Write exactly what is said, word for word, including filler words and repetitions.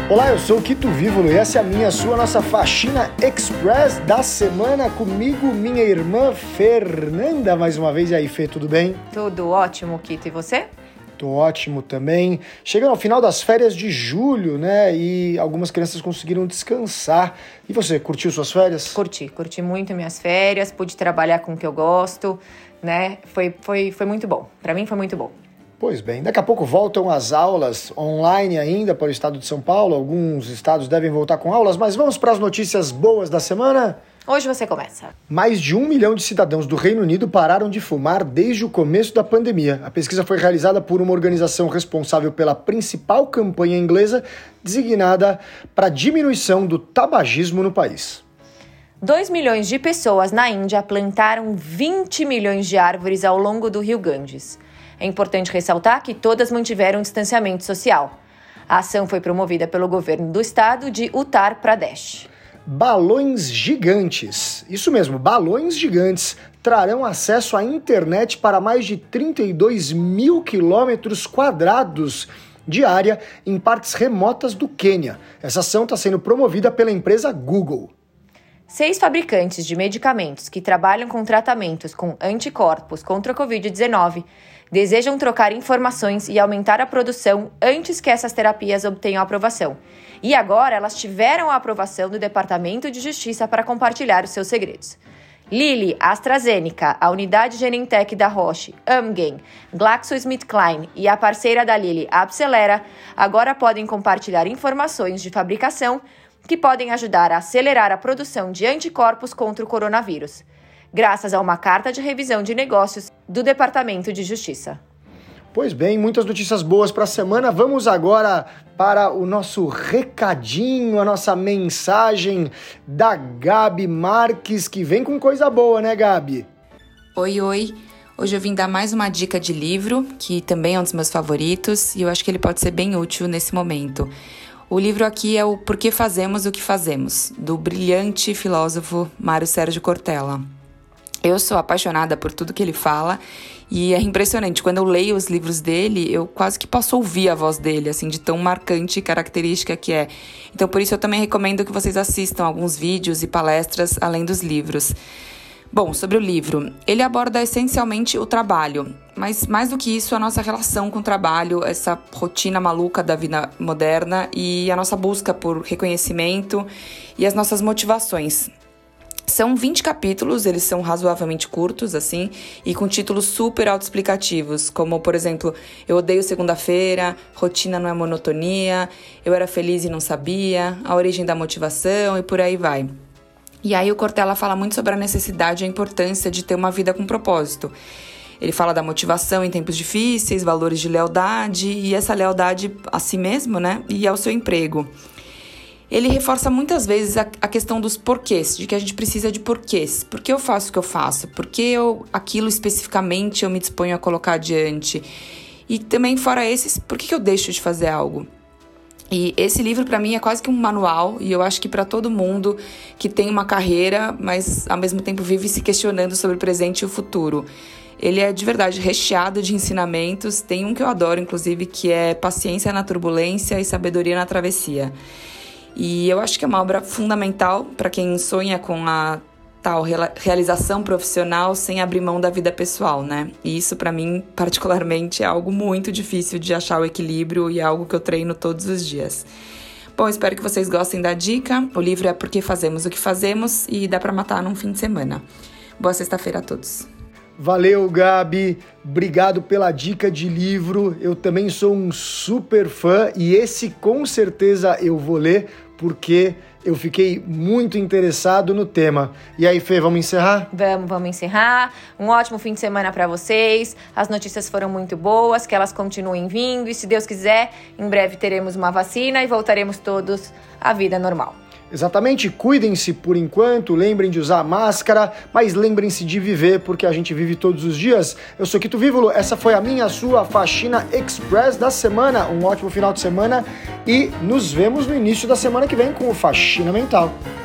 Olá, eu sou o Quito Vívolo e essa é a minha, a sua, nossa faxina express da semana comigo, minha irmã Fernanda, mais uma vez. E aí, Fê, tudo bem? Tudo ótimo, Quito. E você? Tô ótimo também. Chegando ao final das férias de julho, né? E algumas crianças conseguiram descansar. E você, curtiu suas férias? Curti, curti muito minhas férias, pude trabalhar com o que eu gosto, né? Foi, foi, foi muito bom. Pra mim foi muito bom. Pois bem, daqui a pouco voltam as aulas online ainda para o estado de São Paulo. Alguns estados devem voltar com aulas, mas vamos para as notícias boas da semana? Hoje você começa. Mais de um milhão de cidadãos do Reino Unido pararam de fumar desde o começo da pandemia. A pesquisa foi realizada por uma organização responsável pela principal campanha inglesa designada para a diminuição do tabagismo no país. dois milhões de pessoas na Índia plantaram vinte milhões de árvores ao longo do rio Ganges. É importante ressaltar que todas mantiveram distanciamento social. A ação foi promovida pelo governo do estado de Uttar Pradesh. Balões gigantes, isso mesmo, balões gigantes, trarão acesso à internet para mais de trinta e dois mil quilômetros quadrados de área em partes remotas do Quênia. Essa ação está sendo promovida pela empresa Google. Seis fabricantes de medicamentos que trabalham com tratamentos com anticorpos contra a covid dezenove desejam trocar informações e aumentar a produção antes que essas terapias obtenham aprovação. E agora elas tiveram a aprovação do Departamento de Justiça para compartilhar os seus segredos. Lilly, AstraZeneca, a unidade Genentech da Roche, Amgen, GlaxoSmithKline e a parceira da Lilly, a Apcelera, agora podem compartilhar informações de fabricação que podem ajudar a acelerar a produção de anticorpos contra o coronavírus, graças a uma carta de revisão de negócios do Departamento de Justiça. Pois bem, muitas notícias boas para a semana. Vamos agora para o nosso recadinho, a nossa mensagem da Gabi Marques, que vem com coisa boa, né, Gabi? Oi, oi. Hoje eu vim dar mais uma dica de livro, que também é um dos meus favoritos, e eu acho que ele pode ser bem útil nesse momento. O livro aqui é o Por que Fazemos o que Fazemos, do brilhante filósofo Mário Sérgio Cortella. Eu sou apaixonada por tudo que ele fala e é impressionante. Quando eu leio os livros dele, eu quase que posso ouvir a voz dele, assim, de tão marcante e característica que é. Então, por isso, eu também recomendo que vocês assistam alguns vídeos e palestras além dos livros. Bom, sobre o livro, ele aborda essencialmente o trabalho, mas mais do que isso, a nossa relação com o trabalho, essa rotina maluca da vida moderna e a nossa busca por reconhecimento e as nossas motivações. São vinte capítulos, eles são razoavelmente curtos, assim, e com títulos super autoexplicativos, como, por exemplo, Eu odeio segunda-feira, Rotina não é monotonia, Eu era feliz e não sabia, A origem da motivação e por aí vai. E aí o Cortella fala muito sobre a necessidade e a importância de ter uma vida com propósito. Ele fala da motivação em tempos difíceis, valores de lealdade e essa lealdade a si mesmo, né, e ao seu emprego. Ele reforça muitas vezes a, a questão dos porquês, de que a gente precisa de porquês. Por que eu faço o que eu faço? Por que eu, aquilo especificamente eu me disponho a colocar adiante? E também, fora esses, por que eu deixo de fazer algo? E esse livro, para mim, é quase que um manual, e eu acho que para todo mundo que tem uma carreira, mas ao mesmo tempo vive se questionando sobre o presente e o futuro. Ele é de verdade recheado de ensinamentos. Tem um que eu adoro, inclusive, que é Paciência na Turbulência e Sabedoria na Travessia. E eu acho que é uma obra fundamental para quem sonha com a tal realização profissional sem abrir mão da vida pessoal, né? E isso, para mim, particularmente, é algo muito difícil de achar o equilíbrio e é algo que eu treino todos os dias. Bom, espero que vocês gostem da dica. O livro é Por que Fazemos o que Fazemos e dá para matar num fim de semana. Boa sexta-feira a todos. Valeu, Gabi. Obrigado pela dica de livro. Eu também sou um super fã e esse com certeza eu vou ler porque eu fiquei muito interessado no tema. E aí, Fê, vamos encerrar? Vamos, vamos encerrar. Um ótimo fim de semana para vocês. As notícias foram muito boas, que elas continuem vindo e, se Deus quiser, em breve teremos uma vacina e voltaremos todos à vida normal. Exatamente, cuidem-se por enquanto, lembrem de usar máscara, mas lembrem-se de viver, porque a gente vive todos os dias. Eu sou Quito Vívolo, essa foi a minha, a sua Faxina Express da semana. Um ótimo final de semana e nos vemos no início da semana que vem com o Faxina Mental.